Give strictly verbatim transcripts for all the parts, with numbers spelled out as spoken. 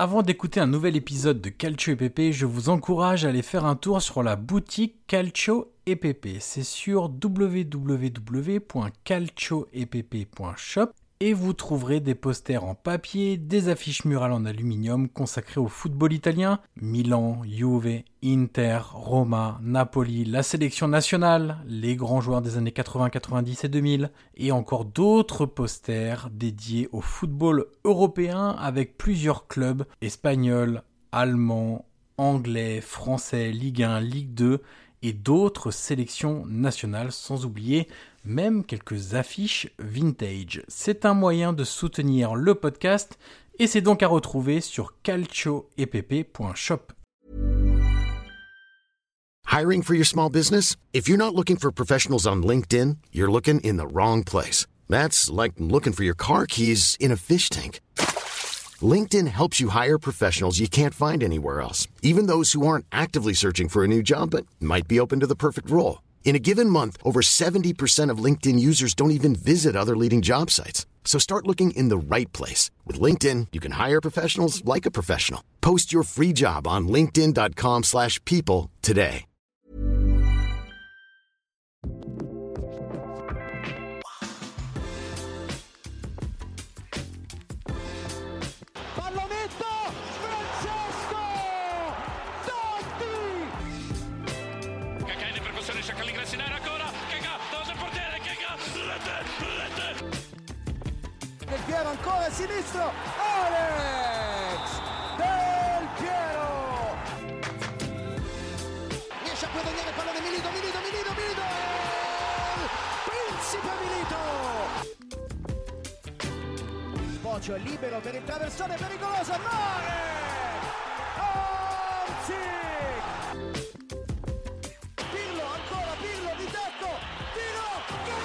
Avant d'écouter un nouvel épisode de Calcio et Pepe, je vous encourage à aller faire un tour sur la boutique Calcio et Pepe. C'est sur w w w point calcio et pepe point shop et vous trouverez des posters en papier, des affiches murales en aluminium consacrées au football italien, Milan, Juve, Inter, Roma, Napoli, la sélection nationale, les grands joueurs des années quatre-vingts, quatre-vingt-dix et deux mille, et encore d'autres posters dédiés au football européen avec plusieurs clubs espagnols, allemands, anglais, français, Ligue un, Ligue deux et d'autres sélections nationales, sans oublier même quelques affiches vintage. C'est un moyen de soutenir le podcast et c'est donc à retrouver sur calcio et pepe point shop. Hiring for your small business? If you're not looking for professionals on LinkedIn, you're looking in the wrong place. That's like looking for your car keys in a fish tank. LinkedIn helps you hire professionals you can't find anywhere else, even those who aren't actively searching for a new job but might be open to the perfect role. In a given month, over seventy percent of LinkedIn users don't even visit other leading job sites. So start looking in the right place. With LinkedIn, you can hire professionals like a professional. Post your free job on linkedin dot com slash people today. Pallonetto, Francesco Totti! Kaká in percussione, cerca l'ingresso in area ancora, Kaká, davanti al portiere, Kaká, rete, rete! Del Piero ancora a sinistro, Alex Del Piero! Riesce a guadagnare il pallone Milito, Milito, Milito, Milito! Principe Milito! Bocio è libero per il traversone pericoloso, Mare! Orsic! Pirlo, ancora Pirlo, di tacco, tiro, gol!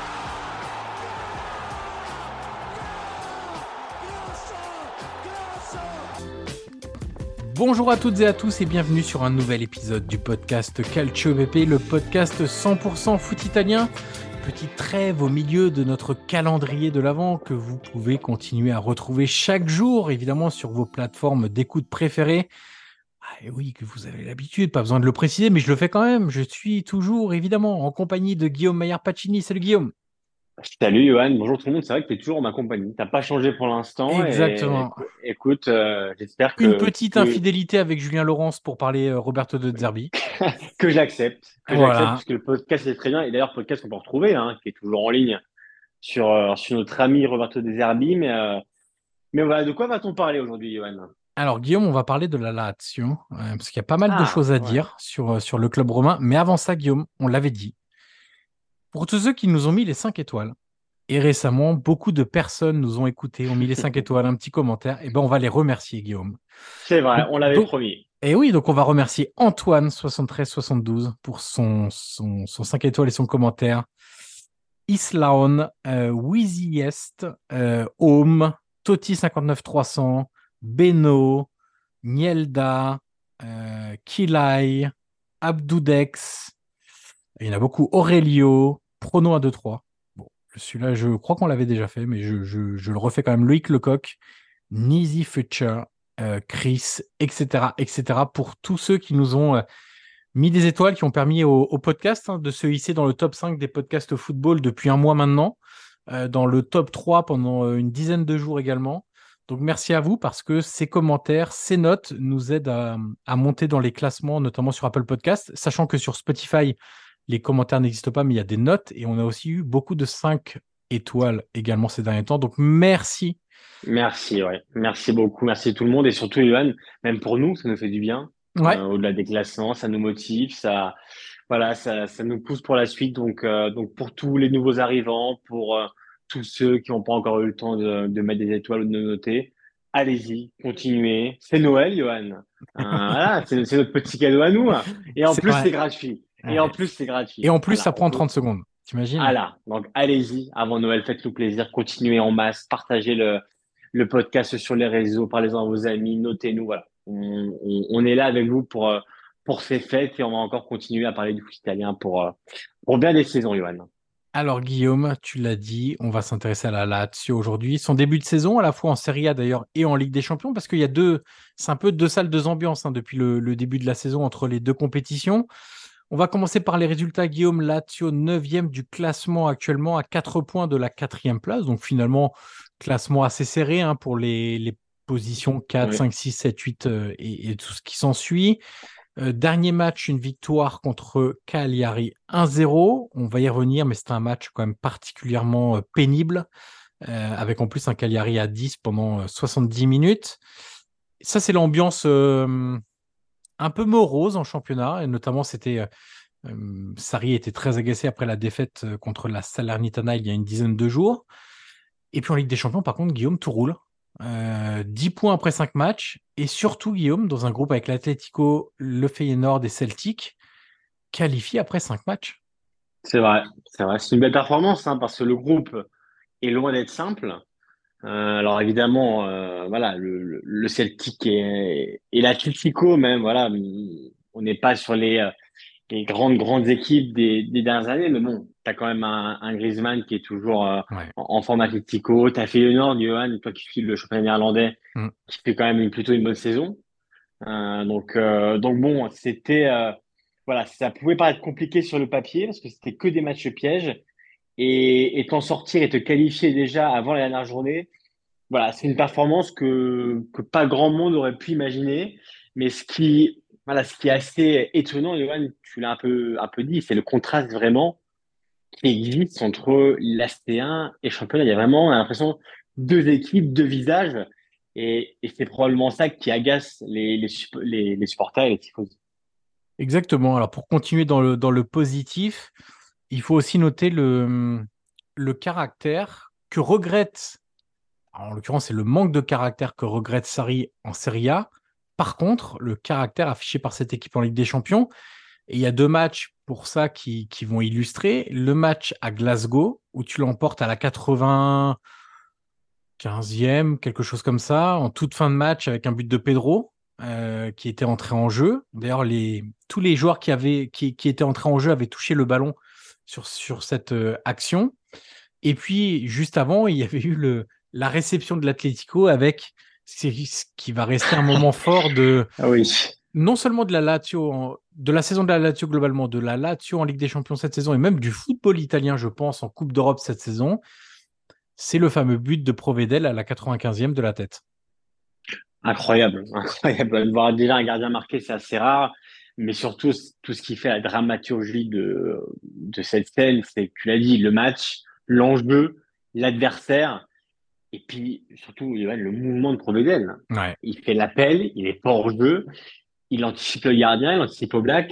Grosso, grosso! Bonjour à toutes et à tous et bienvenue sur un nouvel épisode du podcast Calcio et Pepe, le podcast cent pour cent foot italien. Petite trêve au milieu de notre calendrier de l'Avent que vous pouvez continuer à retrouver chaque jour, évidemment, sur vos plateformes d'écoute préférées. Ah, et oui, que vous avez l'habitude, pas besoin de le préciser, mais je le fais quand même. Je suis toujours, évidemment, en compagnie de Guillaume Maillard-Pacini. Salut Guillaume. Salut Johan, bonjour tout le monde. C'est vrai que tu es toujours en ma compagnie. T'as pas changé pour l'instant et Exactement. écou- écoute, euh, j'espère Une que, petite que, infidélité avec Julien Laurence pour parler euh, Roberto De Zerbi. que j'accepte, que j'accepte Voilà. puisque le podcast est très bien. Et d'ailleurs, podcast qu'on peut retrouver, hein, qui est toujours en ligne sur, euh, sur notre ami Roberto De Zerbi. Mais, euh, mais voilà, de quoi va-t-on parler aujourd'hui, Johan? Alors Guillaume, on va parler de la Lazio, euh, parce qu'il y a pas mal de Ah, choses à ouais. dire sur, euh, sur le club romain. Mais avant ça, Guillaume, on l'avait dit. Pour tous ceux qui nous ont mis les cinq étoiles, et récemment, beaucoup de personnes nous ont écoutés, ont mis les cinq étoiles, un petit commentaire, et ben on va les remercier, Guillaume. C'est vrai, Donc, on l'avait donc- promis. et oui, donc on va remercier Antoine soixante-treize soixante-douze pour son, son, son cinq étoiles et son commentaire. Islaon, euh, Wheezy Est, euh, Home, Toti cinquante-neuf trois cents, Beno, Nielda, euh, Kilai, Abdoudex, il y en a beaucoup, Aurelio, Prono un deux trois. Bon, celui-là, je crois qu'on l'avait déjà fait, mais je, je- je le refais quand même. Loïc Lecoq, Nizy Future, euh, Chris, et cetera, et cetera, pour tous ceux qui nous ont euh, mis des étoiles, qui ont permis au, au podcast hein, de se hisser dans le top cinq des podcasts football depuis un mois maintenant, euh, dans le top trois pendant euh, une dizaine de jours également. Donc merci à vous parce que ces commentaires, ces notes nous aident à, à monter dans les classements, notamment sur Apple Podcast, sachant que sur Spotify, les commentaires n'existent pas, mais il y a des notes et on a aussi eu beaucoup de cinq étoiles également ces derniers temps. Donc merci. Merci, ouais. Merci beaucoup. Merci tout le monde et surtout, Johan, même pour nous, ça nous fait du bien. Ouais, Euh, au-delà des classements, ça nous motive, ça, voilà, ça, ça nous pousse pour la suite. Donc, euh, donc pour tous les nouveaux arrivants, pour euh, tous ceux qui n'ont pas encore eu le temps de, de mettre des étoiles ou de noter, allez-y, continuez. C'est Noël, Johan. Euh, voilà, c'est, c'est notre petit cadeau à nous, hein. Et en c'est plus, vrai. c'est gratuit. Et en Ouais. plus, c'est Et gratuit. en plus, ça Voilà. prend trente secondes. T'imagines? Voilà. Donc, allez-y, avant Noël, faites-nous plaisir, continuez en masse, partagez le, le podcast sur les réseaux, parlez-en à vos amis, notez-nous, voilà. On, on, on est là avec vous pour, euh, pour ces fêtes et on va encore continuer à parler du foot italien pour, euh, pour bien des saisons, Johan. Alors Guillaume, tu l'as dit, on va s'intéresser à la Lazio aujourd'hui. Son début de saison, à la fois en Serie A d'ailleurs et en Ligue des Champions, parce qu'il y a deux, c'est un peu deux salles, deux ambiances hein, depuis le, le début de la saison entre les deux compétitions. On va commencer par les résultats, Guillaume. Lazio neuvième du classement actuellement à quatre points de la quatrième place. Donc finalement, classement assez serré hein, pour les, les positions quatre, Oui. cinq, six, sept, huit euh, et, et tout ce qui s'ensuit. Euh, dernier match, une victoire contre Cagliari un zéro. On va y revenir, mais c'était un match quand même particulièrement euh, pénible, euh, avec en plus un Cagliari à dix pendant euh, soixante-dix minutes. Ça, c'est l'ambiance euh, un peu morose en championnat, et notamment c'était... euh, euh, Sarri était très agacé après la défaite euh, contre la Salernitana il y a une dizaine de jours. Et puis en Ligue des Champions, par contre, Guillaume, tout roule. Euh, dix points après cinq matchs. Et surtout, Guillaume, dans un groupe avec l'Atlético, le Feyenoord et Celtic, qualifié après cinq matchs. C'est vrai, c'est vrai. C'est une belle performance, hein, parce que le groupe est loin d'être simple. Euh, alors évidemment, euh, voilà, le, le le Celtic et, et l'Atlético même, voilà, on n'est pas sur les, euh, les grandes grandes équipes des, des dernières années, mais bon, t'as quand même un, un Griezmann qui est toujours euh, Ouais. en, en forme Atlético. T'as Feyenoord, Johan, toi qui suis le championnat néerlandais, Mm. qui fait quand même une, plutôt une bonne saison. Euh, donc euh, donc bon, c'était euh, voilà, ça pouvait paraître compliqué sur le papier parce que c'était que des matchs pièges et, et t'en sortir et te qualifier déjà avant la dernière journée. Voilà, c'est une performance que, que pas grand monde aurait pu imaginer. Mais ce qui, voilà, ce qui est assez étonnant, Johan, tu l'as un peu, un peu dit, c'est le contraste vraiment qui existe entre l'A C un et le championnat. Il y a vraiment, on a l'impression, deux équipes, deux visages. Et, et c'est probablement ça qui agace les, les, sup- les, les supporters et les tifosi. Exactement. Alors pour continuer dans le, dans le positif, il faut aussi noter le, le caractère que regrette, en l'occurrence c'est le manque de caractère que regrette Sarri en Serie A. Par contre, le caractère affiché par cette équipe en Ligue des Champions. Et il y a deux matchs pour ça qui, qui vont illustrer. Le match à Glasgow, où tu l'emportes à la quatre-vingt-quinzième, quelque chose comme ça, en toute fin de match avec un but de Pedro, euh, qui était entré en jeu. D'ailleurs, les, tous les joueurs qui, avaient, qui, qui étaient entrés en jeu avaient touché le ballon sur, sur cette euh, action. Et puis, juste avant, il y avait eu le, la réception de l'Atlético avec ce qui va rester un moment fort de Ah oui. non seulement de la Lazio, en- de la saison de la Lazio globalement, de la Lazio en Ligue des Champions cette saison et même du football italien, je pense, en Coupe d'Europe cette saison, c'est le fameux but de Provedel à la quatre-vingt-quinzième de la tête. Incroyable, incroyable. De voir déjà un gardien marqué, c'est assez rare. Mais surtout, tout ce qui fait la dramaturgie de, de cette scène, c'est que tu l'as dit, le match, l'enjeu, l'adversaire, et puis surtout Johan, le mouvement de Provedel. Ouais. Il fait l'appel, il est pas hors jeu, il anticipe le gardien, il anticipe au black.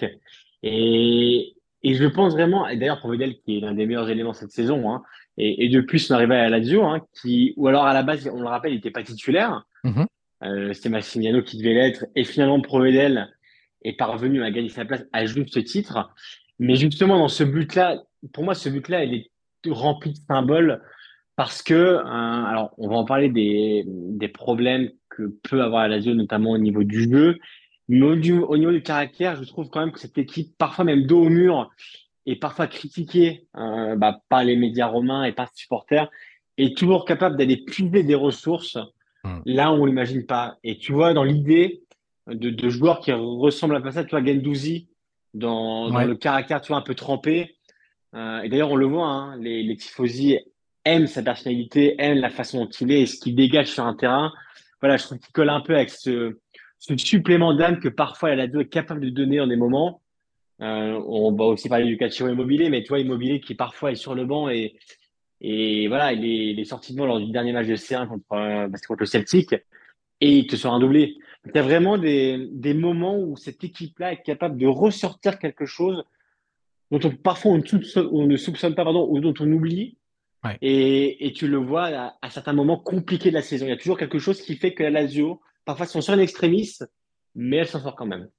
Et, et je pense vraiment, et d'ailleurs Provedel qui est l'un des meilleurs éléments cette saison, hein, et, et depuis son arrivée à la Lazio, hein, qui, ou alors à la base, on le rappelle, il n'était pas titulaire. Mhm. Euh, c'était Massimiliano qui devait l'être. Et finalement, Provedel est parvenu à gagner sa place à juste titre. Mais justement, dans ce but-là, pour moi, ce but-là, il est rempli de symboles parce que, euh, alors, on va en parler des, des problèmes que peut avoir la Lazio, notamment au niveau du jeu. Mais au, du- au niveau du caractère, je trouve quand même que cette équipe, parfois même dos au mur, est parfois critiquée euh, bah, par les médias romains et par ses supporters, est toujours capable d'aller puiser des ressources Mm. là où on l'imagine pas. Et tu vois, dans l'idée de, de joueurs qui ressemblent à pas ça, tu vois, Guendouzi, dans, dans Ouais. le caractère, tu vois, un peu trempé. Euh, et d'ailleurs, on le voit, hein, les, les tifosi aiment sa personnalité, aiment la façon dont il est et ce qu'il dégage sur un terrain. Voilà, je trouve qu'il colle un peu avec ce, ce supplément d'âme que parfois la Lazio est capable de donner en des moments. Euh, on va aussi parler du Calcio Immobilier, mais tu vois, Immobilier qui parfois est sur le banc et, et voilà, il est, il est sorti de banc lors du dernier match de C un contre, euh, bah, c'était contre le Celtic et il te sort un doublé. Il y a vraiment des, des moments où cette équipe-là est capable de ressortir quelque chose dont on, parfois on ne soupçonne, on ne soupçonne pas, pardon, ou dont on oublie. Ouais. Et, et tu le vois à, à certains moments compliqués de la saison. Il y a toujours quelque chose qui fait que la Lazio, parfois, sont sur un extrémiste, mais elle s'en sort quand même.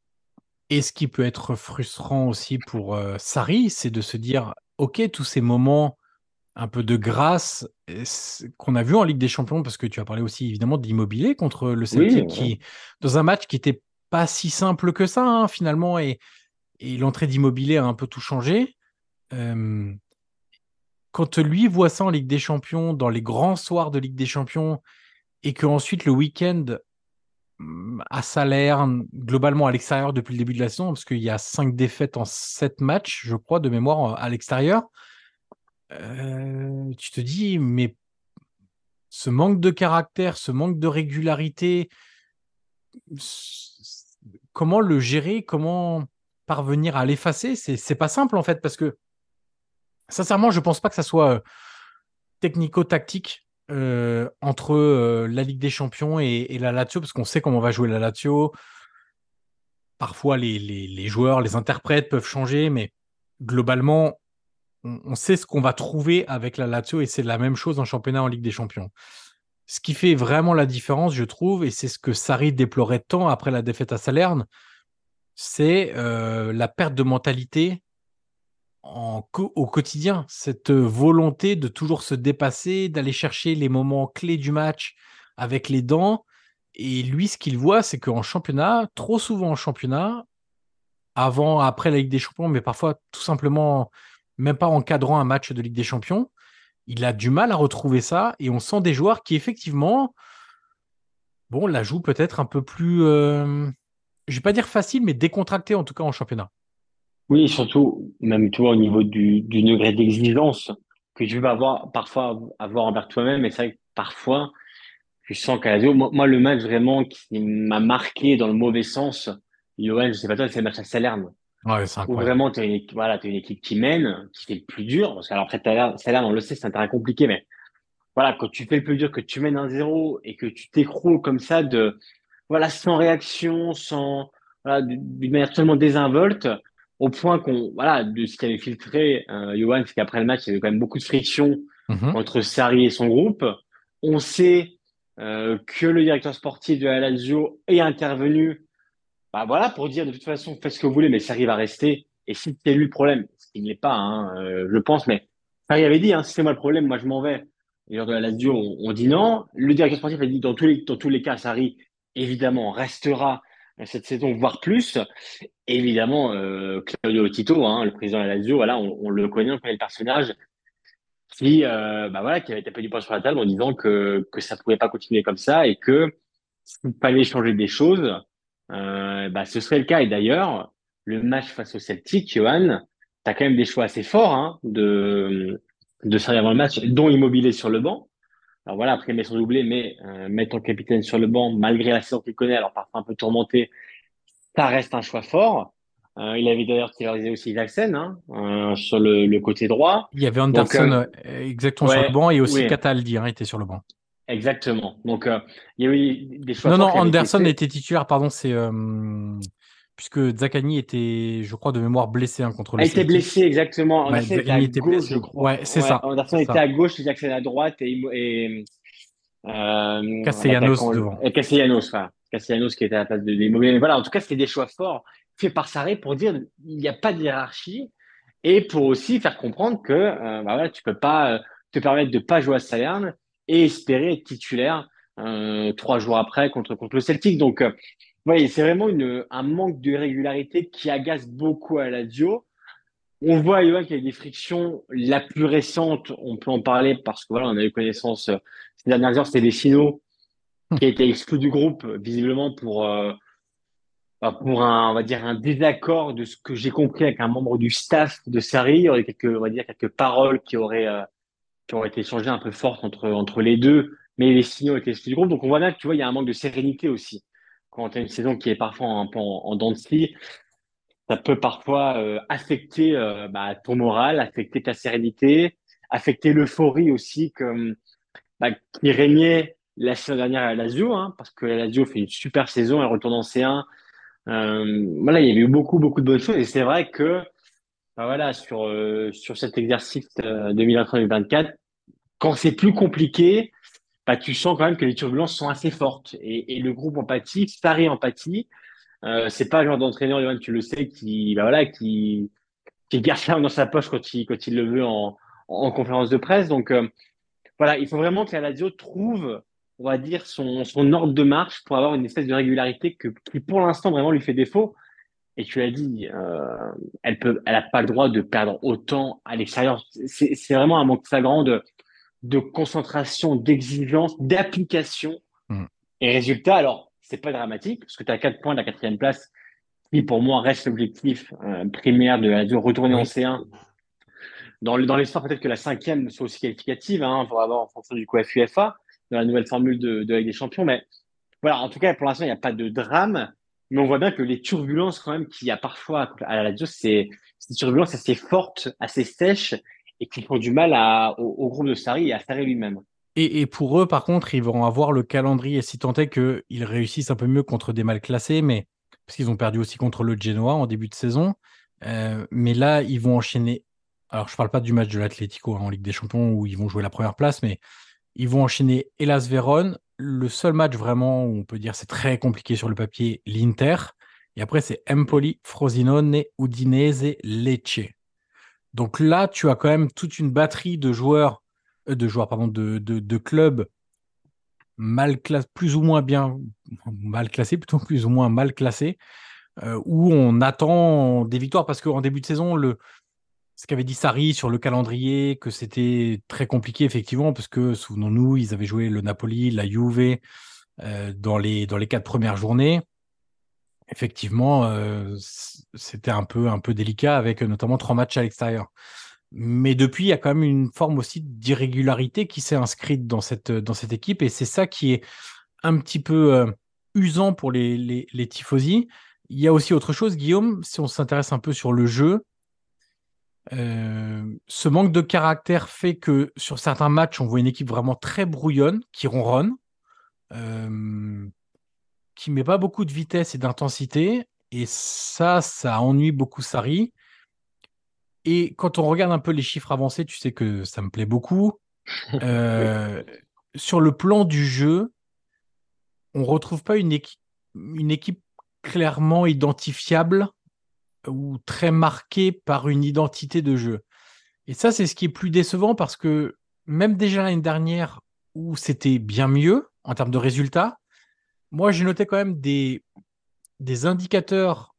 Et ce qui peut être frustrant aussi pour euh, Sarri, c'est de se dire, OK, tous ces moments un peu de grâce euh, c'est- qu'on a vu en Ligue des Champions, parce que tu as parlé aussi évidemment d'Immobilier contre le Oui, Celtic, ouais. qui, dans un match qui était pas si simple que ça, hein, finalement, et, et l'entrée d'Immobilier a un peu tout changé. Euh, quand lui voit ça en Ligue des Champions, dans les grands soirs de Ligue des Champions, et qu'ensuite le week-end hum, à Salerne, globalement à l'extérieur depuis le début de la saison, parce qu'il y a cinq défaites en sept matchs, je crois, de mémoire à l'extérieur, euh, tu te dis, mais ce manque de caractère, ce manque de régularité, comment le gérer, comment parvenir à l'effacer, c'est, c'est pas simple en fait, parce que sincèrement, je pense pas que ça soit euh, technico-tactique euh, entre euh, la Ligue des Champions et, et la Lazio, parce qu'on sait comment va jouer la Lazio. Parfois, les, les, les joueurs, les interprètes peuvent changer, mais globalement, on, on sait ce qu'on va trouver avec la Lazio et c'est la même chose en championnat en Ligue des Champions. Ce qui fait vraiment la différence, je trouve, et c'est ce que Sarri déplorait tant après la défaite à Salerne, c'est euh, la perte de mentalité en co- au quotidien, cette volonté de toujours se dépasser, d'aller chercher les moments clés du match avec les dents. Et lui, ce qu'il voit, c'est qu'en championnat, trop souvent en championnat, avant, après la Ligue des Champions, mais parfois tout simplement, même pas encadrant un match de Ligue des Champions, il a du mal à retrouver ça. Et on sent des joueurs qui, effectivement, bon, la jouent peut-être un peu plus, euh, je vais pas dire facile, mais décontracté en tout cas en championnat. Oui, surtout, même toi, au niveau du, du degré d'exigence que tu vas avoir, parfois avoir envers toi-même. Et c'est vrai que parfois, tu sens qu'à la Lazio, moi, moi, le match vraiment qui m'a marqué dans le mauvais sens, Johan, je sais pas toi, c'est le match à Salerne, Ouais, c'est où incroyable. vraiment tu as une, équipe- voilà, t'as une équipe qui mène, qui fait le plus dur. Parce que, alors après, Salerne, Salerne, on le sait, c'est un terrain compliqué, mais voilà, quand tu fais le plus dur, que tu mènes un zéro et que tu t'écroules comme ça de, voilà, sans réaction, sans, voilà, d'une manière totalement désinvolte, au point qu'on, voilà, de ce qui avait filtré, euh, Johan, c'est qu'après le match, il y avait quand même beaucoup de friction Mhm. entre Sarri et son groupe. On sait, euh, que le directeur sportif de la Lazio est intervenu, bah voilà, pour dire de toute façon, faites ce que vous voulez, mais Sarri va rester. Et si c'est lui le problème, ce qui ne l'est pas, hein, euh, je pense, mais Sarri avait dit, hein, si c'est moi le problème, moi je m'en vais. Les joueurs de la Lazio ont, ont dit non. Le directeur sportif a dit, dans tous les, dans tous les cas, Sarri, évidemment, restera cette saison, voire plus. Et évidemment, euh, Claudio Tito, hein, le président de la Lazio, voilà, on, on le connaît, on connaît le personnage, qui, euh, bah voilà, qui avait tapé du poing sur la table en disant que, que ça pouvait pas continuer comme ça et que s'il fallait changer des choses, euh, bah, ce serait le cas. Et d'ailleurs, le match face au Celtic, Johan, t'as quand même des choix assez forts, hein, de, de servir avant le match, dont Immobilier sur le banc. Alors voilà, après, il met son doublé, mais euh, mettre ton capitaine sur le banc, malgré la saison qu'il connaît, alors parfois un peu tourmenté, ça reste un choix fort. Euh, il avait d'ailleurs titularisé aussi Jackson, hein, euh, sur le, le côté droit. Il y avait Donc, Anderson euh, euh, exactement sur le ouais, banc et aussi oui, Cataldi hein, était sur le banc. exactement. Donc, euh, il y a eu des choix Non, non, forts qui avaient été Anderson faits. était titulaire, pardon, c'est euh, puisque Zaccagni était, je crois, de mémoire blessé hein, contre le A été Celtic. blessé, exactement. Ouais, Anderson était à Zaccagni était gauche, je blessé. crois. Ouais, c'est Ouais, ça, Anderson c'est était ça. à gauche, Jackson à droite et, et euh, Castellanos l'attaquant, devant. et Castellanos, enfin, Castellanos qui était à la place de l'immobilier. Mais voilà, en tout cas, c'était des choix forts faits par Sarri pour dire il n'y a pas de hiérarchie et pour aussi faire comprendre que euh, bah voilà, tu peux pas euh, te permettre de pas jouer à Salerne et espérer être titulaire euh, trois jours après contre contre le Celtic. Donc, euh, oui, c'est vraiment une, un manque de régularité qui agace beaucoup à la Lazio. On voit, Johan, qu'il y a des frictions. La plus récente, on peut en parler parce que voilà, on a eu connaissance euh, ces dernières heures, c'était Vecino qui a été exclu du groupe, visiblement pour, euh, bah, pour un, on va dire, un désaccord de ce que j'ai compris avec un membre du staff de Sarri. Il y aurait quelques, on va dire, quelques paroles qui auraient, euh, qui auraient été échangées un peu fortes entre, entre les deux, mais Vecino était exclu du groupe. Donc on voit bien que, tu vois, il y a un manque de sérénité aussi. Quand tu as une saison qui est parfois un peu en, en dents de scie, ça peut parfois euh, affecter euh, bah, ton moral, affecter ta sérénité, affecter l'euphorie aussi comme bah, qui régnait la saison dernière à la Lazio, hein, parce que la Lazio fait une super saison, elle retourne en C un. Euh, voilà, il y avait eu beaucoup beaucoup de bonnes choses et c'est vrai que bah, voilà sur euh, sur cet exercice euh, deux mille vingt-trois-deux mille vingt-quatre, quand c'est plus compliqué, bah tu sens quand même que les turbulences sont assez fortes et, et le groupe empathie, Sarri empathie. Euh, c'est pas le genre d'entraîneur, Johan, tu le sais, qui bah voilà qui qui garde ça dans sa poche quand il, quand il le veut en, en conférence de presse. Donc, euh, voilà, il faut vraiment que la Lazio trouve, on va dire, son, son ordre de marche pour avoir une espèce de régularité que, qui, pour l'instant, vraiment lui fait défaut. Et tu l'as dit, euh, elle peut, elle a pas le droit de perdre autant à l'extérieur. C'est, c'est vraiment un manque flagrant de, de concentration, d'exigence, d'application Mm. et résultat. Alors, c'est pas dramatique parce que tu as quatre points de la quatrième place qui, pour moi, reste l'objectif euh, primaire de, de retourner en Oui. C un. Dans, le- dans l'histoire, peut-être que la cinquième soit aussi qualificative, hein, pour avoir en fonction du coup F U F A, dans la nouvelle formule de, de la Ligue des Champions. Mais voilà, en tout cas, pour l'instant, il n'y a pas de drame. Mais on voit bien que les turbulences, quand même, qu'il y a parfois à la Lazio, c'est c'est des turbulences assez fortes, assez sèches, et qui font du mal à, au, au groupe de Sarri et à Sarri lui-même. Et, et pour eux, par contre, ils vont avoir le calendrier, si tant est qu'ils réussissent un peu mieux contre des mal classés, mais parce qu'ils ont perdu aussi contre le Genoa en début de saison. Euh, mais là, ils vont enchaîner. Alors, je parle pas du match de l'Atlético hein, en Ligue des Champions où ils vont jouer la première place, mais ils vont enchaîner Hellas Vérone. Le seul match vraiment où on peut dire c'est très compliqué sur le papier, l'Inter. Et après, c'est Empoli, Frosinone, Udinese, Lecce. Donc là, tu as quand même toute une batterie de joueurs, euh, de joueurs, pardon, de, de, de clubs mal classés, plus ou moins bien, mal classés, plutôt plus ou moins mal classés, euh, où on attend des victoires parce qu'en début de saison, le, ce qu'avait dit Sarri sur le calendrier, que c'était très compliqué, effectivement, parce que, souvenons-nous, ils avaient joué le Napoli, la Juve, euh, dans les, dans les quatre premières journées. Effectivement, euh, c'était un peu, un peu délicat avec notamment trois matchs à l'extérieur. Mais depuis, il y a quand même une forme aussi d'irrégularité qui s'est inscrite dans cette, dans cette équipe et c'est ça qui est un petit peu euh, usant pour les, les, les tifosi. Il y a aussi autre chose, Guillaume, si on s'intéresse un peu sur le jeu, euh, ce manque de caractère fait que sur certains matchs, on voit une équipe vraiment très brouillonne, qui ronronne, euh, qui met pas beaucoup de vitesse et d'intensité. Et ça, ça ennuie beaucoup Sarri. Et quand on regarde un peu les chiffres avancés, tu sais que ça me plaît beaucoup. Oui. Euh, sur le plan du jeu, on retrouve pas une équipe, une équipe clairement identifiable ou très marquée par une identité de jeu. Et ça, c'est ce qui est plus décevant parce que même déjà l'année dernière, où c'était bien mieux en termes de résultats, moi, j'ai noté quand même des, des indicateurs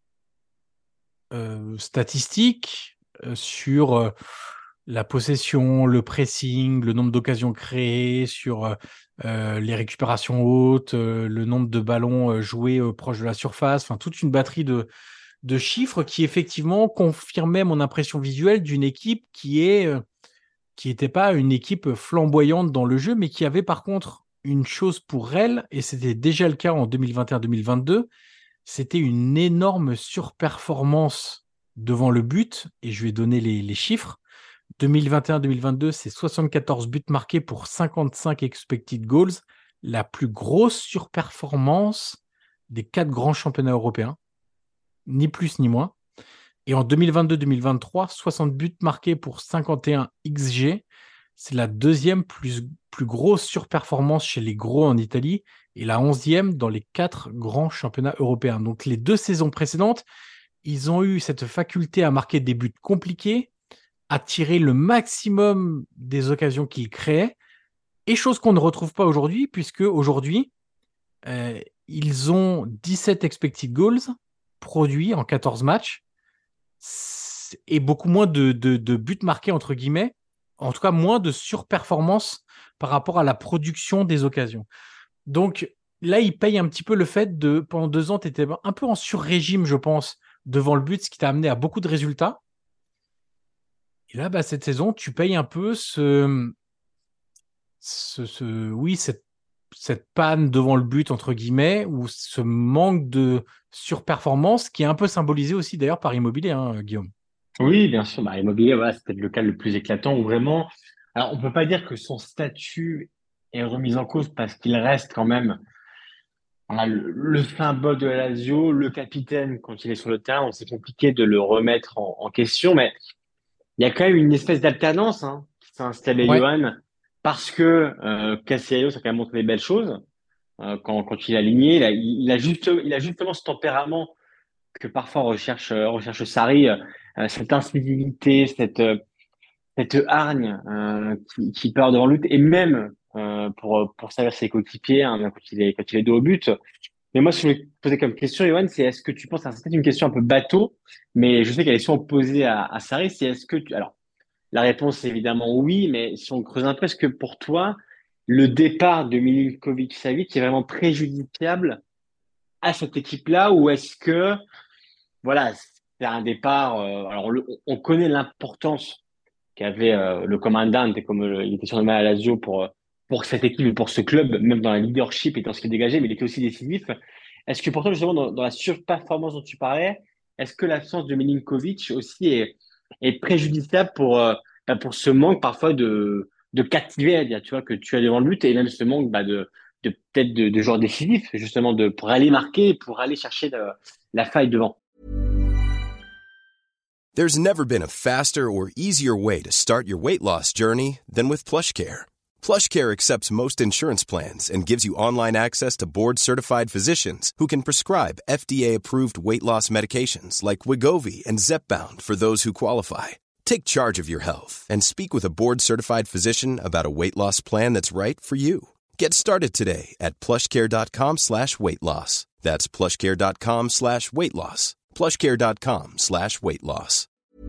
euh, statistiques euh, sur euh, la possession, le pressing, le nombre d'occasions créées, sur euh, euh, les récupérations hautes, euh, le nombre de ballons euh, joués euh, proche de la surface, enfin toute une batterie de, de chiffres qui effectivement confirmaient mon impression visuelle d'une équipe qui est euh, qui n'était pas une équipe flamboyante dans le jeu, mais qui avait par contre une chose pour elle, et c'était déjà le cas en deux mille vingt et un deux mille vingt-deux, c'était une énorme surperformance devant le but, et je vais donner les, les chiffres. deux mille vingt et un deux mille vingt-deux, c'est soixante-quatorze buts marqués pour cinquante-cinq expected goals, la plus grosse surperformance des quatre grands championnats européens, ni plus ni moins. Et en deux mille vingt-deux deux mille vingt-trois, soixante buts marqués pour cinquante et un X G. C'est la deuxième plus, plus grosse surperformance chez les gros en Italie et la onzième dans les quatre grands championnats européens. Donc les deux saisons précédentes, ils ont eu cette faculté à marquer des buts compliqués, à tirer le maximum des occasions qu'ils créaient, et chose qu'on ne retrouve pas aujourd'hui, puisque aujourd'hui, euh, ils ont dix-sept expected goals produits en quatorze matchs, et beaucoup moins de, de, de buts marqués, entre guillemets, en tout cas moins de surperformance par rapport à la production des occasions. Donc là, il paye un petit peu le fait de, pendant deux ans, tu étais un peu en sur-régime, je pense, devant le but, ce qui t'a amené à beaucoup de résultats. Et là, bah, cette saison, tu payes un peu ce, ce, ce oui, cette, cette panne devant le but, entre guillemets, ou ce manque de surperformance qui est un peu symbolisé aussi d'ailleurs par Immobilier, hein, Guillaume. Oui, bien sûr. Bah, Immobilier, voilà, c'est peut-être le cas le plus éclatant où vraiment. Alors, on peut pas dire que son statut est remis en cause parce qu'il reste quand même voilà, le, le symbole de la Lazio, le capitaine quand il est sur le terrain. Donc, c'est compliqué de le remettre en, en question, mais il y a quand même une espèce d'alternance hein, qui s'est installée, Ouais, Johan, parce que euh, Cassiano, ça a quand même montré des belles choses euh, quand, quand il a aligné. Il a, il a juste, il a justement ce tempérament que parfois recherche, euh, recherche Sarri, euh, cette incivilité, cette, euh, cette hargne euh, qui, qui part devant le but, et même euh, pour, pour servir ses coéquipiers hein, quand il est, quand il est dos au but. Mais moi, ce que je voulais poser comme question, Johan, c'est est-ce que tu penses, c'est peut-être une question un peu bateau, mais je sais qu'elle est souvent posée à, à Sarri, c'est est-ce que tu, alors, la réponse est évidemment oui, mais si on creuse un peu, est-ce que pour toi, le départ de Milinkovic-Savic est vraiment préjudiciable à cette équipe-là, ou est-ce que, voilà, c'est un départ, euh, alors on, le- on connaît l'importance qu'avait euh, le commandant, et comme euh, il était surnommé à Lazio pour, euh, pour cette équipe et pour ce club, même dans la leadership et dans ce qu'il dégageait, mais il était aussi décisif. Est-ce que pour toi, justement, dans, dans la surperformance dont tu parlais, est-ce que l'absence de Milinkovic aussi est, est préjudiciable pour, euh, bah, pour ce manque parfois de, de captiver, à dire, tu vois, que tu as devant le but et même ce manque bah, de, de peut-être de, de joueurs décisifs, justement, de, pour aller marquer, pour aller chercher de- la faille devant. There's never been a faster or easier way to start your weight loss journey than with PlushCare. PlushCare accepts most insurance plans and gives you online access to board-certified physicians who can prescribe F D A-approved weight loss medications like Wegovy and Zepbound for those who qualify. Take charge of your health and speak with a board-certified physician about a weight loss plan that's right for you. Get started today at plushcare.com slash weight loss. That's plushcare.com slash weight loss. plushcare.com slash weight loss.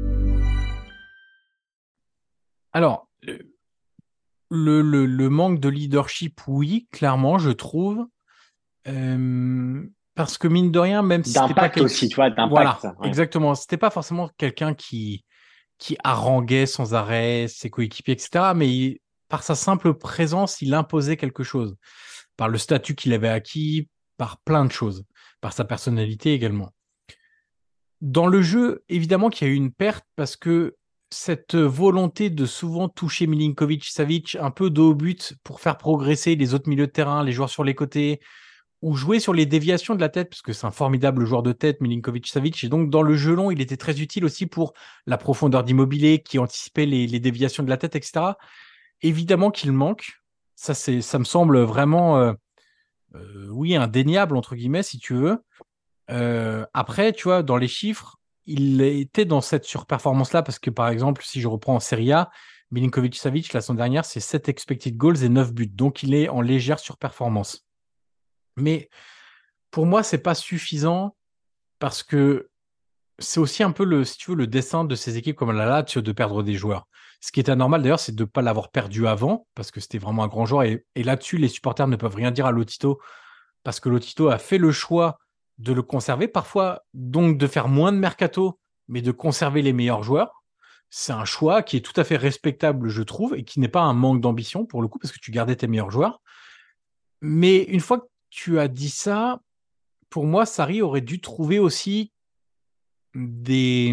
Alors, le, le, le manque de leadership, oui, clairement, je trouve. Euh, parce que mine de rien, même si c'était pas D'impact quel... aussi, tu vois, Voilà, d'impact. Ouais. exactement. C'était pas forcément quelqu'un qui, qui haranguait sans arrêt ses coéquipiers, et cetera. Mais il- par sa simple présence, il imposait quelque chose. Par le statut qu'il avait acquis, par plein de choses. Par sa personnalité également. Dans le jeu, évidemment qu'il y a eu une perte parce que cette volonté de souvent toucher Milinkovic-Savic un peu dos au but pour faire progresser les autres milieux de terrain, les joueurs sur les côtés, ou jouer sur les déviations de la tête, parce que c'est un formidable joueur de tête, Milinkovic-Savic, et donc dans le jeu long, il était très utile aussi pour la profondeur d'immobilier qui anticipait les, les déviations de la tête, et cetera. Évidemment qu'il manque. Ça, c'est, ça me semble vraiment, euh, euh, oui, indéniable, entre guillemets, si tu veux. Euh, après, tu vois, dans les chiffres, il était dans cette surperformance-là parce que, par exemple, si je reprends en Serie A, Milinkovic-Savic, la saison dernière, c'est sept expected goals et neuf buts. Donc, il est en légère surperformance. Mais pour moi, c'est pas suffisant parce que c'est aussi un peu le, si tu veux, le dessin de ces équipes comme la Lazio de perdre des joueurs. Ce qui était anormal d'ailleurs, c'est de ne pas l'avoir perdu avant parce que c'était vraiment un grand joueur. Et, et là-dessus, les supporters ne peuvent rien dire à Lotito parce que Lotito a fait le choix de le conserver, parfois donc de faire moins de mercato, mais de conserver les meilleurs joueurs. C'est un choix qui est tout à fait respectable, je trouve, et qui n'est pas un manque d'ambition pour le coup, parce que tu gardais tes meilleurs joueurs. Mais une fois que tu as dit ça, pour moi, Sarri aurait dû trouver aussi des,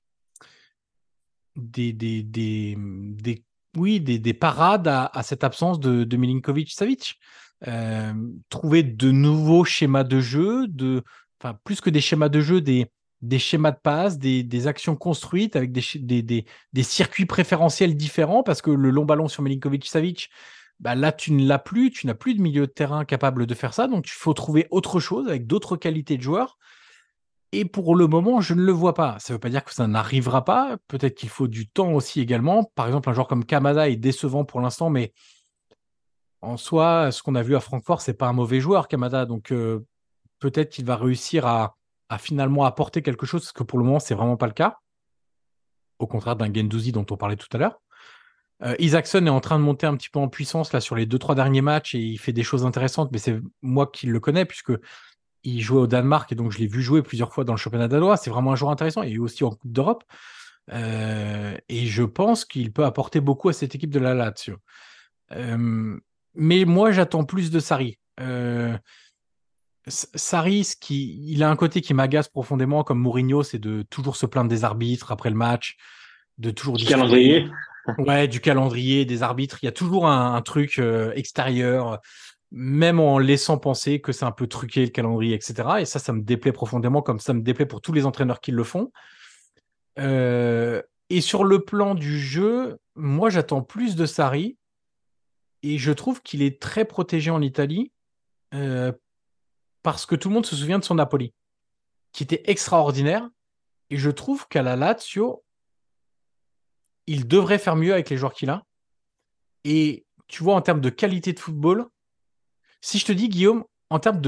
des, des, des, des oui, des, des parades à, à cette absence de, de Milinkovic-Savic. Euh, trouver de nouveaux schémas de jeu, de, enfin, plus que des schémas de jeu, des, des schémas de passe, des, des actions construites avec des, des, des, des circuits préférentiels différents, parce que le long ballon sur Milinkovic-Savic, bah là, tu ne l'as plus, tu n'as plus de milieu de terrain capable de faire ça, donc il faut trouver autre chose avec d'autres qualités de joueurs. Et pour le moment, je ne le vois pas. Ça ne veut pas dire que ça n'arrivera pas. Peut-être qu'il faut du temps aussi également. Par exemple, un joueur comme Kamada est décevant pour l'instant, mais en soi, ce qu'on a vu à Francfort, c'est pas un mauvais joueur, Kamada. Donc euh, peut-être qu'il va réussir à, à finalement apporter quelque chose, parce que pour le moment, c'est vraiment pas le cas. Au contraire d'un Guendouzi dont on parlait tout à l'heure. Euh, Isaacson est en train de monter un petit peu en puissance là sur les deux trois derniers matchs et il fait des choses intéressantes, mais c'est moi qui le connais puisque il jouait au Danemark et donc je l'ai vu jouer plusieurs fois dans le championnat danois. C'est vraiment un joueur intéressant et aussi en Coupe d'Europe. Euh, et je pense qu'il peut apporter beaucoup à cette équipe de la Lazio. Euh, mais moi, j'attends plus de Sarri. Euh, Sarri, ce qui, il a un côté qui m'agace profondément, comme Mourinho, c'est de toujours se plaindre des arbitres après le match, de toujours Du discuter. calendrier. Ouais, du calendrier, des arbitres. Il y a toujours un, un truc euh, extérieur, même en laissant penser que c'est un peu truqué le calendrier, et cetera. Et ça, ça me déplaît profondément, comme ça me déplaît pour tous les entraîneurs qui le font. Euh, et sur le plan du jeu, moi, j'attends plus de Sarri. Et je trouve qu'il est très protégé en Italie euh, parce que tout le monde se souvient de son Napoli, qui était extraordinaire. Et je trouve qu'à la Lazio, il devrait faire mieux avec les joueurs qu'il a. Et tu vois, en termes de qualité de football, si je te dis, Guillaume, en termes de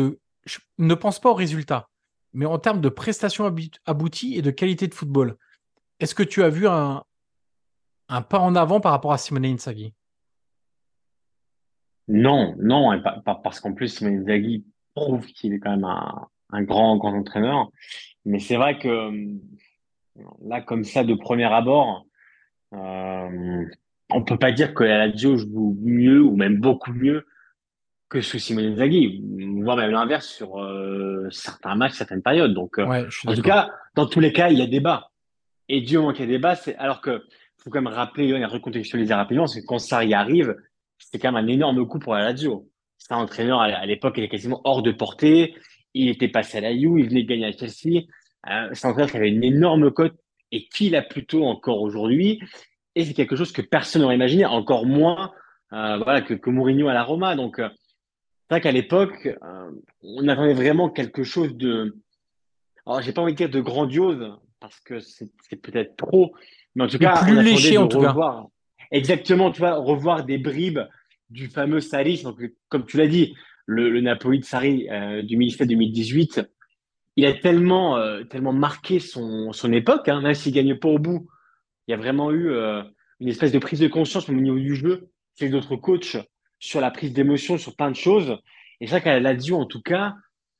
je ne pense pas aux résultats, mais en termes de prestations abou- abouties et de qualité de football, est-ce que tu as vu un, un pas en avant par rapport à Simone Inzaghi? Non, non, et pas, pas- parce qu'en plus, Simone Inzaghi prouve qu'il est quand même un, un grand, grand entraîneur. Mais c'est vrai que euh, là, comme ça, de premier abord, euh, on peut pas dire que la Lazio joue mieux ou même beaucoup mieux que sous Simone Inzaghi, voire même l'inverse sur euh, certains matchs, certaines périodes. Donc, euh, Ouais, je suis en tout d'accord. cas, dans tous les cas, il y a débat. Et Dieu manque à débat, c'est alors que faut quand même rappeler et recontextualiser rapidement, c'est que quand Sarri arrive, c'était quand même un énorme coup pour la Lazio. C'est un entraîneur à à l'époque, il est quasiment hors de portée. Il était passé à la Juve, il venait de gagner à Chelsea. Euh, c'est un entraîneur qui avait une énorme cote et qui l'a plutôt encore aujourd'hui. Et c'est quelque chose que personne n'aurait imaginé, encore moins euh, voilà que, que Mourinho à la Roma. Donc euh, c'est vrai qu'à l'époque, euh, on attendait vraiment quelque chose de, alors j'ai pas envie de dire de grandiose parce que c'est c'est peut-être trop, mais en tout Mais cas, on plus attendait léché de en tout cas. revoir exactement, tu vois, revoir des bribes du fameux Sarri. Donc, comme tu l'as dit, le, le Napoli de Sarri euh, du deux mille dix-sept deux mille dix-huit, il a tellement, euh, tellement marqué son, son époque, hein, même s'il gagne pas au bout. Il y a vraiment eu euh, une espèce de prise de conscience au niveau du jeu chez d'autres coachs sur la prise d'émotion, sur plein de choses. Et c'est vrai qu'à la Lazio, en tout cas,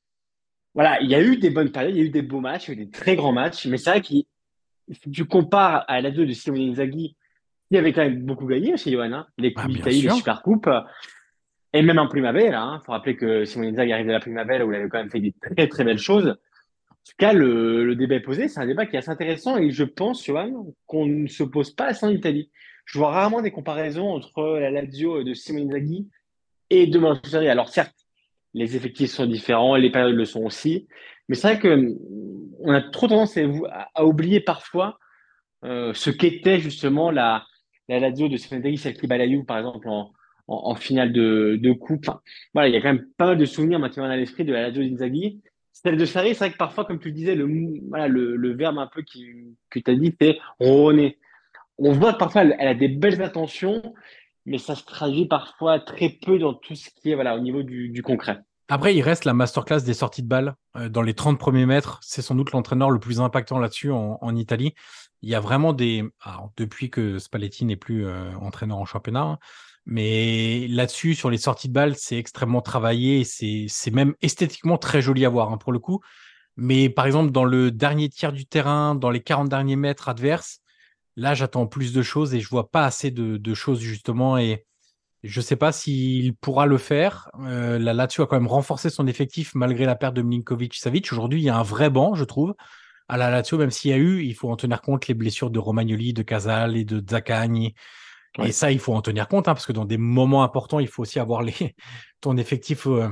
voilà, il y a eu des bonnes périodes, il y a eu des beaux matchs, il y a eu des très grands matchs, mais c'est vrai qu'il si tu compares à la deux de Simone Inzaghi, qui avait quand même beaucoup gagné aussi, Johan, hein, les Ah, Coupes bien d'Italie, les sûr. Supercoupes, et même en Primavera. Hein. Faut rappeler que Simone Inzaghi arrive de la Primavera où il avait quand même fait des très très belles choses. En tout cas, le, le débat est posé. C'est un débat qui est assez intéressant et je pense, Johan, qu'on ne se pose pas assez en Italie. Je vois rarement des comparaisons entre la Lazio de Simone Inzaghi et de Manchester City. Alors certes, les effectifs sont différents, les périodes le sont aussi, mais c'est vrai que hum, on a trop tendance à, à oublier parfois euh, ce qu'était justement la, la Lazio de Spinelli, celle qui bat la Juve, par exemple, en, en, en finale de, de coupe. Enfin, voilà, il y a quand même pas mal de souvenirs maintenant à l'esprit de la Lazio d'Inzaghi. Celle de Sarri, c'est vrai que parfois, comme tu le disais, le, voilà, le, le verbe un peu qui, que tu as dit, c'est ronronner. On voit que parfois, elle, elle a des belles intentions, mais ça se traduit parfois très peu dans tout ce qui est voilà, au niveau du, du concret. Après, il reste la masterclass des sorties de balles euh, dans les trente premiers mètres. C'est sans doute l'entraîneur le plus impactant là-dessus en, en Italie. Il y a vraiment des... Alors, depuis que Spalletti n'est plus euh, entraîneur en championnat, hein, mais là-dessus, sur les sorties de balles, c'est extrêmement travaillé. et C'est, c'est même esthétiquement très joli à voir, hein, pour le coup. Mais par exemple, dans le dernier tiers du terrain, dans les quarante derniers mètres adverses, là, j'attends plus de choses et je vois pas assez de, de choses, justement. Et je ne sais pas s'il pourra le faire. Euh, la Lazio a quand même renforcé son effectif malgré la perte de Milinkovic-Savic. Aujourd'hui, il y a un vrai banc, je trouve, à la Lazio, même s'il y a eu, il faut en tenir compte, les blessures de Romagnoli, de Casal et de Zaccagni. Et Oui. ça, il faut en tenir compte, hein, parce que dans des moments importants, il faut aussi avoir les... ton effectif euh,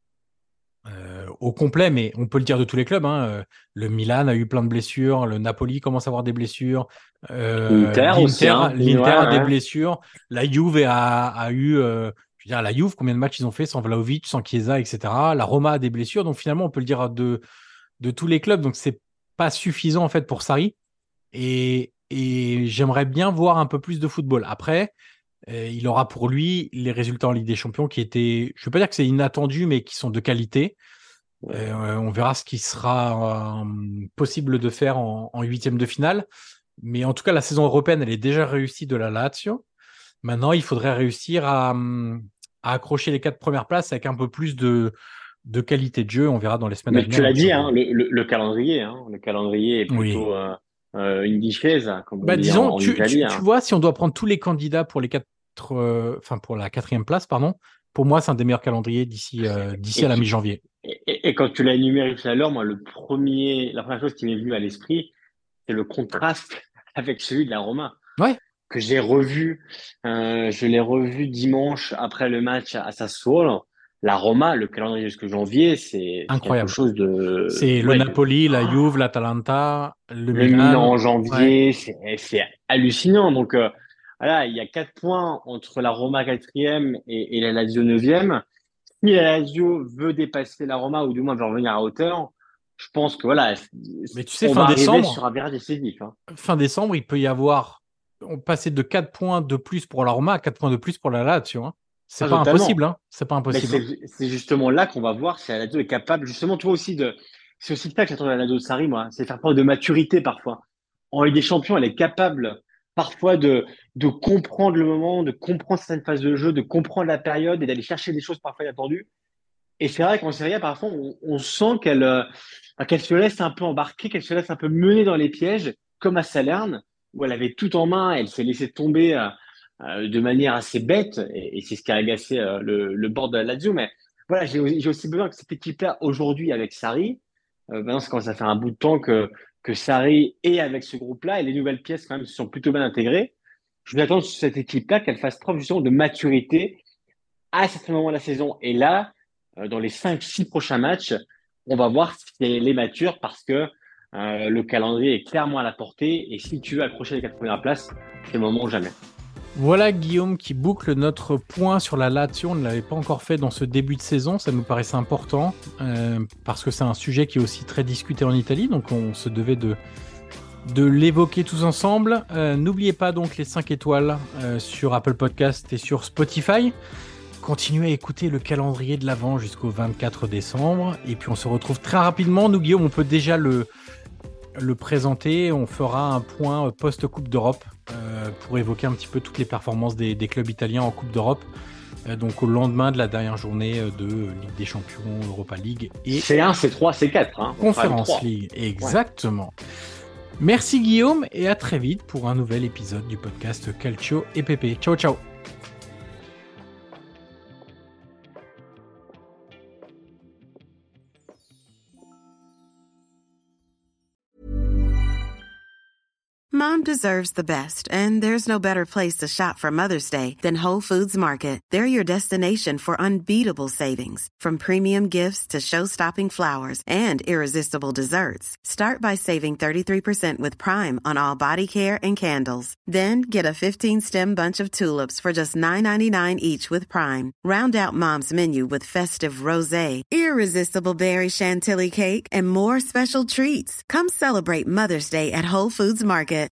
euh, au complet. Mais on peut le dire de tous les clubs, hein. Euh, Le Milan a eu plein de blessures, le Napoli commence à avoir des blessures, euh, Inter aussi, l'Inter, hein. Ouais, l'Inter a des ouais. blessures, la Juve a, a eu... euh, je veux dire, la Juve, combien de matchs ils ont fait sans Vlahovic, sans Chiesa, et cetera. La Roma a des blessures, donc finalement, on peut le dire de, de tous les clubs. Donc, c'est pas suffisant en fait pour Sarri. Et, et j'aimerais bien voir un peu plus de football. Après, euh, il aura pour lui les résultats en Ligue des Champions qui étaient, je ne veux pas dire que c'est inattendu, mais qui sont de qualité. Euh, on verra ce qui sera euh, possible de faire en, en huitième de finale. Mais en tout cas, la saison européenne, elle est déjà réussie de la Lazio. Maintenant, il faudrait réussir à, hum, à accrocher les quatre premières places avec un peu plus de, de qualité de jeu. On verra dans les semaines à Mais tu venir. l'as Donc, dit, euh, hein, le, le, le calendrier, hein, le calendrier est oui. plutôt euh, euh, une discesa, comme on Bah, dit en, disons, en tu, Italie. tu, tu Hein. vois, si on doit prendre tous les candidats pour les quatre, euh, enfin pour la quatrième place, pardon, pour moi, c'est un des meilleurs calendriers d'ici euh, d'ici à Et, la tu, mi-janvier. et, et quand tu l'as énuméré tout à l'heure, moi, le premier, la première chose qui m'est venue à l'esprit, c'est le contraste avec celui de la Roma, Ouais, que j'ai revu. Euh, je l'ai revu dimanche après le match à Sassuolo. La Roma, le calendrier jusqu'au janvier, c'est c'est quelque incroyable. chose de, C'est le ouais, de, Napoli, la Juve, l'Atalanta, le le Milan Milan. en Ouais. janvier, c'est c'est hallucinant. Donc euh, voilà, il y a quatre points entre la Roma quatrième et, et la Lazio neuvième. Si la Lazio veut dépasser la Roma ou du moins veut revenir à hauteur, je pense que voilà, Mais tu sais, on fin va arriver décembre, sur un virage décisif. Hein. fin décembre, il peut y avoir, on passait de quatre points de plus pour la Roma à quatre points de plus pour la Lazio, hein. C'est Ah, pas totalement. impossible, hein. C'est pas Mais impossible. hein. c'est c'est justement là qu'on va voir si la Lazio est capable, justement, toi aussi, de. C'est aussi ça que j'attends de la Lazio de Sarri, moi. C'est faire preuve de maturité parfois. En Ligue des Champions, elle est capable parfois de, de comprendre le moment, de comprendre certaines phases de jeu, de comprendre la période et d'aller chercher des choses parfois inattendues. Et c'est vrai qu'en Serie A, parfois, on, on sent qu'elle euh, qu'elle se laisse un peu embarquer, qu'elle se laisse un peu mener dans les pièges, comme à Salerne, où elle avait tout en main, elle s'est laissée tomber euh, euh, de manière assez bête, et, et c'est ce qui a agacé euh, le, le bord de la Lazio. Mais voilà, j'ai j'ai aussi besoin que cette équipe-là, aujourd'hui, avec Sarri, euh, maintenant, ça commence à faire un bout de temps que, que Sarri est avec ce groupe-là, et les nouvelles pièces, quand même, se sont plutôt bien intégrées. Je vais attendre sur cette équipe-là qu'elle fasse preuve, justement, de maturité à certains moments de la saison. Et là, euh, dans les cinq six prochains matchs, on va voir si elle est mature parce que euh, le calendrier est clairement à la portée. Et si tu veux accrocher les quatre premières places, c'est le moment ou jamais. Voilà Guillaume qui boucle notre point sur la Lazio. On ne l'avait pas encore fait dans ce début de saison, ça nous paraissait important euh, parce que c'est un sujet qui est aussi très discuté en Italie, donc on se devait de, de l'évoquer tous ensemble. Euh, n'oubliez pas donc les cinq étoiles euh, sur Apple Podcast et sur Spotify. Continuez à écouter le calendrier de l'Avent jusqu'au vingt-quatre décembre et puis on se retrouve très rapidement. Nous Guillaume, on peut déjà le... le présenter, on fera un point post-Coupe d'Europe euh, pour évoquer un petit peu toutes les performances des, des clubs italiens en Coupe d'Europe, euh, donc au lendemain de la dernière journée de Ligue des Champions, Europa League et C un, C trois, C quatre. Hein. Conference League. Exactement. Ouais. Merci Guillaume et à très vite pour un nouvel épisode du podcast Calcio et Pepe. Ciao, ciao. Mom deserves the best, and there's no better place to shop for Mother's Day than Whole Foods Market. They're your destination for unbeatable savings, from premium gifts to show-stopping flowers and irresistible desserts. Start by saving thirty-three percent with Prime on all body care and candles. Then get a fifteen-stem bunch of tulips for just nine ninety-nine each with Prime. Round out Mom's menu with festive rosé, irresistible berry chantilly cake, and more special treats. Come celebrate Mother's Day at Whole Foods Market.